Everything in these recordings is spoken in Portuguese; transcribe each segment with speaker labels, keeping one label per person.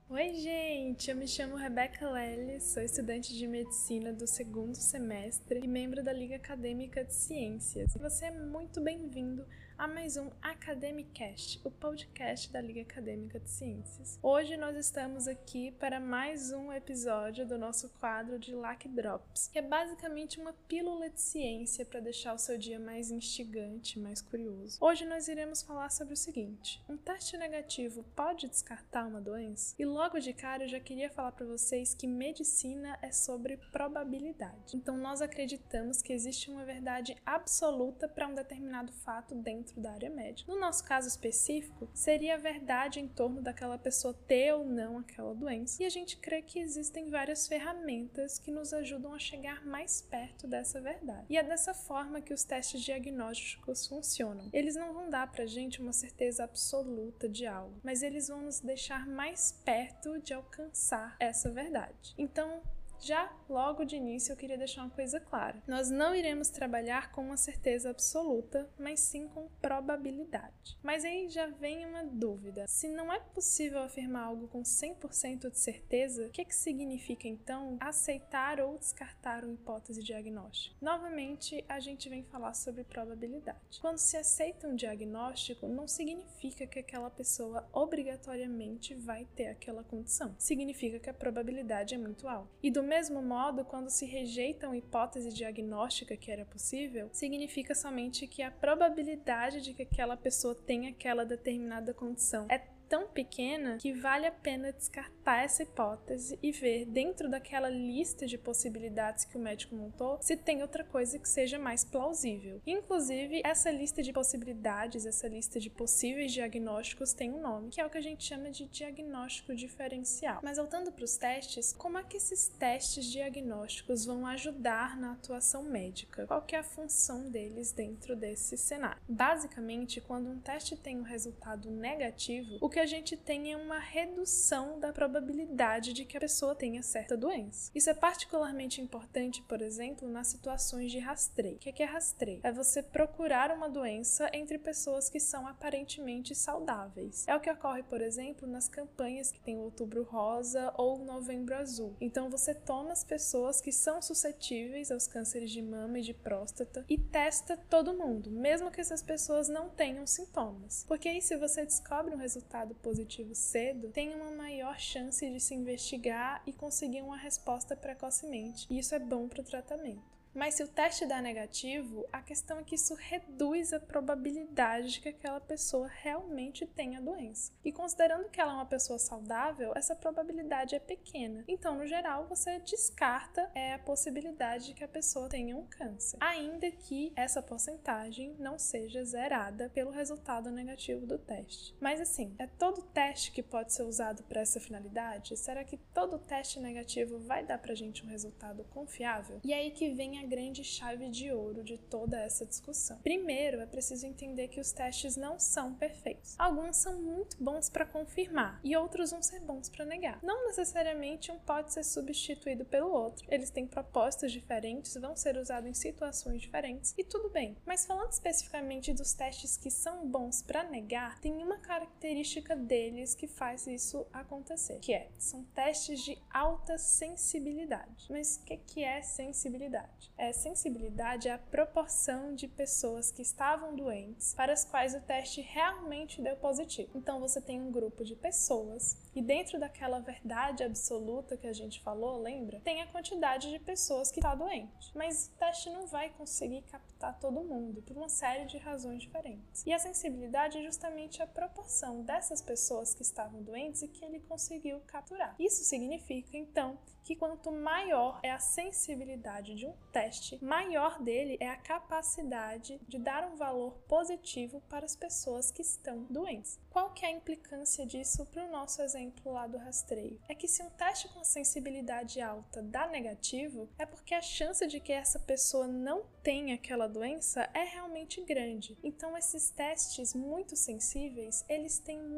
Speaker 1: Oi, gente! Eu me chamo Rebeca Lely, sou estudante de medicina do segundo semestre e membro da Liga Acadêmica de Ciências. E você é muito bem-vindo a mais um Academicast, o podcast da Liga Acadêmica de Ciências. Hoje nós estamos aqui para mais um episódio do nosso quadro de Lac Drops, que é basicamente uma pílula de ciência para deixar o seu dia mais instigante, mais curioso. Hoje nós iremos falar sobre o seguinte: um teste negativo pode descartar uma doença? E logo de cara eu já queria falar para vocês que medicina é sobre probabilidade. Então nós acreditamos que existe uma verdade absoluta para um determinado fato dentro da área médica. No nosso caso específico, seria a verdade em torno daquela pessoa ter ou não aquela doença. E a gente crê que existem várias ferramentas que nos ajudam a chegar mais perto dessa verdade. E é dessa forma que os testes diagnósticos funcionam. Eles não vão dar pra gente uma certeza absoluta de algo, mas eles vão nos deixar mais perto de alcançar essa verdade. Então, já logo de início eu queria deixar uma coisa clara. Nós não iremos trabalhar com uma certeza absoluta, mas sim com probabilidade. Mas aí já vem uma dúvida. Se não é possível afirmar algo com 100% de certeza, o que significa então aceitar ou descartar uma hipótese diagnóstica? Novamente, a gente vem falar sobre probabilidade. Quando se aceita um diagnóstico, não significa que aquela pessoa obrigatoriamente vai ter aquela condição. Significa que a probabilidade é muito alta. E do mesmo modo, quando se rejeita uma hipótese diagnóstica que era possível, significa somente que a probabilidade de que aquela pessoa tenha aquela determinada condição é tão pequena que vale a pena descartar essa hipótese e ver dentro daquela lista de possibilidades que o médico montou se tem outra coisa que seja mais plausível. Inclusive, essa lista de possibilidades, essa lista de possíveis diagnósticos tem um nome, que é o que a gente chama de diagnóstico diferencial. Mas voltando para os testes, como é que esses testes diagnósticos vão ajudar na atuação médica? Qual que é a função deles dentro desse cenário? Basicamente, quando um teste tem um resultado negativo, o que a gente tem é uma redução da probabilidade de que a pessoa tenha certa doença. Isso é particularmente importante, por exemplo, nas situações de rastreio. O que é rastreio? É você procurar uma doença entre pessoas que são aparentemente saudáveis. É o que ocorre, por exemplo, nas campanhas que tem o Outubro Rosa ou o Novembro Azul. Então você toma as pessoas que são suscetíveis aos cânceres de mama e de próstata e testa todo mundo, mesmo que essas pessoas não tenham sintomas. Porque aí, se você descobre um resultado positivo cedo, tem uma maior chance de se investigar e conseguir uma resposta precocemente. E isso é bom para o tratamento. Mas se o teste dá negativo, a questão é que isso reduz a probabilidade de que aquela pessoa realmente tenha a doença. E considerando que ela é uma pessoa saudável, essa probabilidade é pequena. Então, no geral, você descarta a possibilidade de que a pessoa tenha um câncer, ainda que essa porcentagem não seja zerada pelo resultado negativo do teste. Mas assim, é todo teste que pode ser usado para essa finalidade? Será que todo teste negativo vai dar pra gente um resultado confiável? E aí que vem a grande chave de ouro de toda essa discussão. Primeiro, é preciso entender que os testes não são perfeitos. Alguns são muito bons para confirmar e outros vão ser bons para negar. Não necessariamente um pode ser substituído pelo outro. Eles têm propósitos diferentes, vão ser usados em situações diferentes e tudo bem. Mas falando especificamente dos testes que são bons para negar, tem uma característica deles que faz isso acontecer, que são testes de alta sensibilidade. Mas o que é sensibilidade? Sensibilidade é a proporção de pessoas que estavam doentes para as quais o teste realmente deu positivo. Então você tem um grupo de pessoas e dentro daquela verdade absoluta que a gente falou, lembra? Tem a quantidade de pessoas que está doente. Mas o teste não vai conseguir captar todo mundo por uma série de razões diferentes. E a sensibilidade é justamente a proporção dessas pessoas que estavam doentes e que ele conseguiu capturar. Isso significa, então, que quanto maior é a sensibilidade de um teste, maior dele é a capacidade de dar um valor positivo para as pessoas que estão doentes. Qual que é a implicância disso para o nosso exemplo lá do rastreio? É que se um teste com sensibilidade alta dá negativo, é porque a chance de que essa pessoa não tenha aquela doença é realmente grande. Então esses testes muito sensíveis, eles têm muito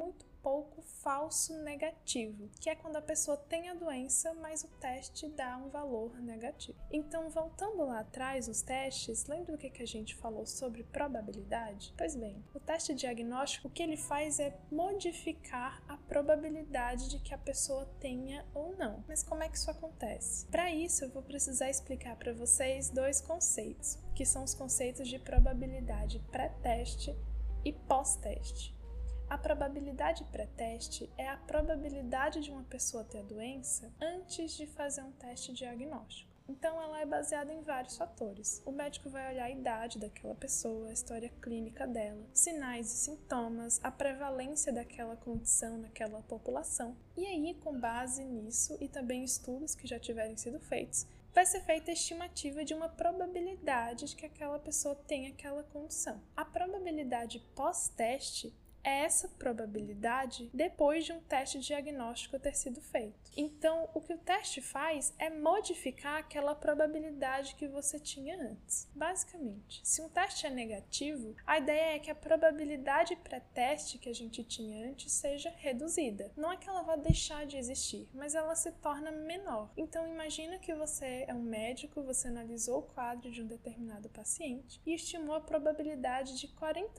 Speaker 1: pouco falso negativo, que é quando a pessoa tem a doença, mas o teste dá um valor negativo. Então, voltando lá atrás, os testes, lembra do que a gente falou sobre probabilidade? Pois bem, o teste diagnóstico, o que ele faz é modificar a probabilidade de que a pessoa tenha ou não. Mas como é que isso acontece? Para isso, eu vou precisar explicar para vocês dois conceitos, que são os conceitos de probabilidade pré-teste e pós-teste. A probabilidade pré-teste é a probabilidade de uma pessoa ter a doença antes de fazer um teste diagnóstico. Então, ela é baseada em vários fatores. O médico vai olhar a idade daquela pessoa, a história clínica dela, sinais e sintomas, a prevalência daquela condição naquela população. E aí, com base nisso e também estudos que já tiverem sido feitos, vai ser feita a estimativa de uma probabilidade de que aquela pessoa tenha aquela condição. A probabilidade pós-teste é essa probabilidade depois de um teste diagnóstico ter sido feito. Então, o que o teste faz é modificar aquela probabilidade que você tinha antes. Basicamente, se um teste é negativo, a ideia é que a probabilidade pré-teste que a gente tinha antes seja reduzida. Não é que ela vá deixar de existir, mas ela se torna menor. Então, imagina que você é um médico, você analisou o quadro de um determinado paciente e estimou a probabilidade de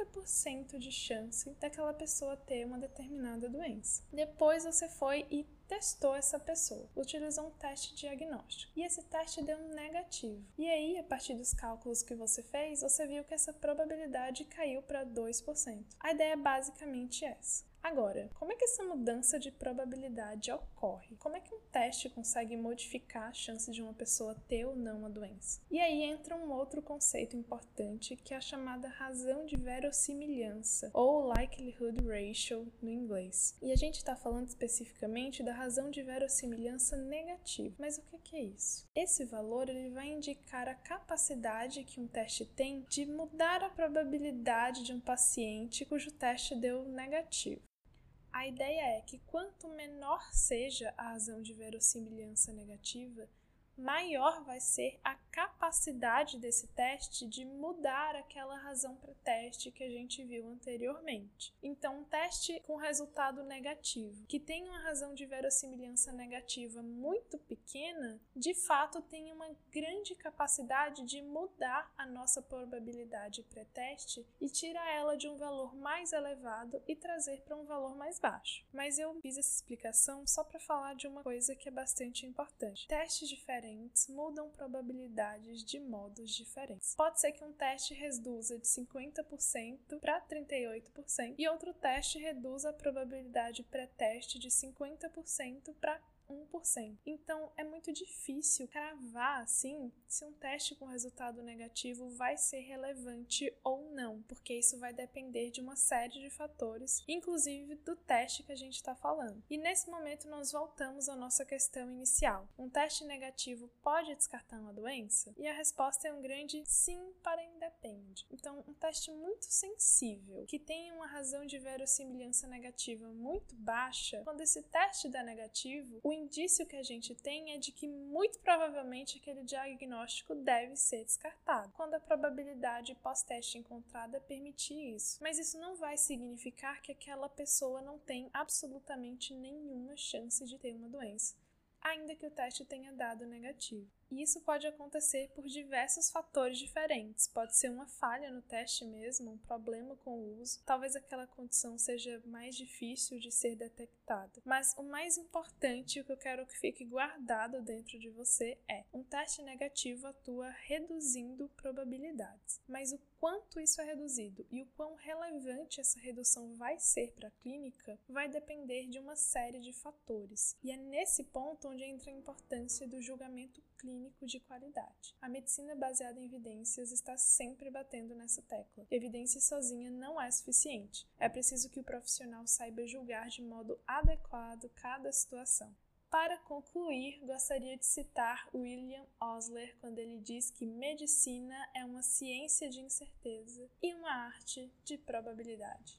Speaker 1: 40% de chance daquela pessoa ter uma determinada doença. Depois você foi e testou essa pessoa, utilizou um teste diagnóstico e esse teste deu um negativo. E aí, a partir dos cálculos que você fez, você viu que essa probabilidade caiu para 2%. A ideia é basicamente essa. Agora, como é que essa mudança de probabilidade ocorre? Como é que um teste consegue modificar a chance de uma pessoa ter ou não a doença? E aí entra um outro conceito importante, que é a chamada razão de verossimilhança, ou likelihood ratio no inglês. E a gente está falando especificamente da razão de verossimilhança negativa. Mas o que é isso? Esse valor ele vai indicar a capacidade que um teste tem de mudar a probabilidade de um paciente cujo teste deu negativo. A ideia é que quanto menor seja a razão de verossimilhança negativa, maior vai ser a capacidade desse teste de mudar aquela razão pré-teste que a gente viu anteriormente. Então, um teste com resultado negativo, que tem uma razão de verossimilhança negativa muito pequena, de fato tem uma grande capacidade de mudar a nossa probabilidade pré-teste e tirar ela de um valor mais elevado e trazer para um valor mais baixo. Mas eu fiz essa explicação só para falar de uma coisa que é bastante importante. Testes diferentes mudam probabilidades de modos diferentes. Pode ser que um teste reduza de 50% para 38% e outro teste reduza a probabilidade pré-teste de 50% para 1%. Então, é muito difícil cravar, assim, se um teste com resultado negativo vai ser relevante ou não, porque isso vai depender de uma série de fatores, inclusive do teste que a gente está falando. E nesse momento, nós voltamos à nossa questão inicial. Um teste negativo pode descartar uma doença? E a resposta é um grande sim, para independe. Então, um teste muito sensível, que tem uma razão de verossimilhança negativa muito baixa, quando esse teste dá negativo, o indício que a gente tem é de que muito provavelmente aquele diagnóstico deve ser descartado, quando a probabilidade pós-teste encontrada permitir isso. Mas isso não vai significar que aquela pessoa não tem absolutamente nenhuma chance de ter uma doença, ainda que o teste tenha dado negativo. E isso pode acontecer por diversos fatores diferentes. Pode ser uma falha no teste mesmo, um problema com o uso. Talvez aquela condição seja mais difícil de ser detectada. Mas o mais importante, o que eu quero que fique guardado dentro de você é: um teste negativo atua reduzindo probabilidades. Mas o quanto isso é reduzido e o quão relevante essa redução vai ser para a clínica vai depender de uma série de fatores. E é nesse ponto onde entra a importância do julgamento clínico de qualidade. A medicina baseada em evidências está sempre batendo nessa tecla. Evidência sozinha não é suficiente. É preciso que o profissional saiba julgar de modo adequado cada situação. Para concluir, gostaria de citar William Osler quando ele diz que medicina é uma ciência de incerteza e uma arte de probabilidade.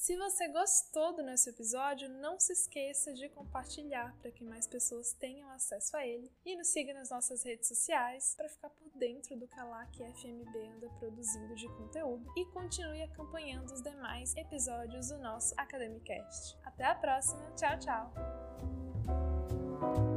Speaker 1: Se você gostou do nosso episódio, não se esqueça de compartilhar para que mais pessoas tenham acesso a ele e nos siga nas nossas redes sociais para ficar por dentro do que a LAC FMB anda produzindo de conteúdo e continue acompanhando os demais episódios do nosso Academicast. Até a próxima, tchau, tchau!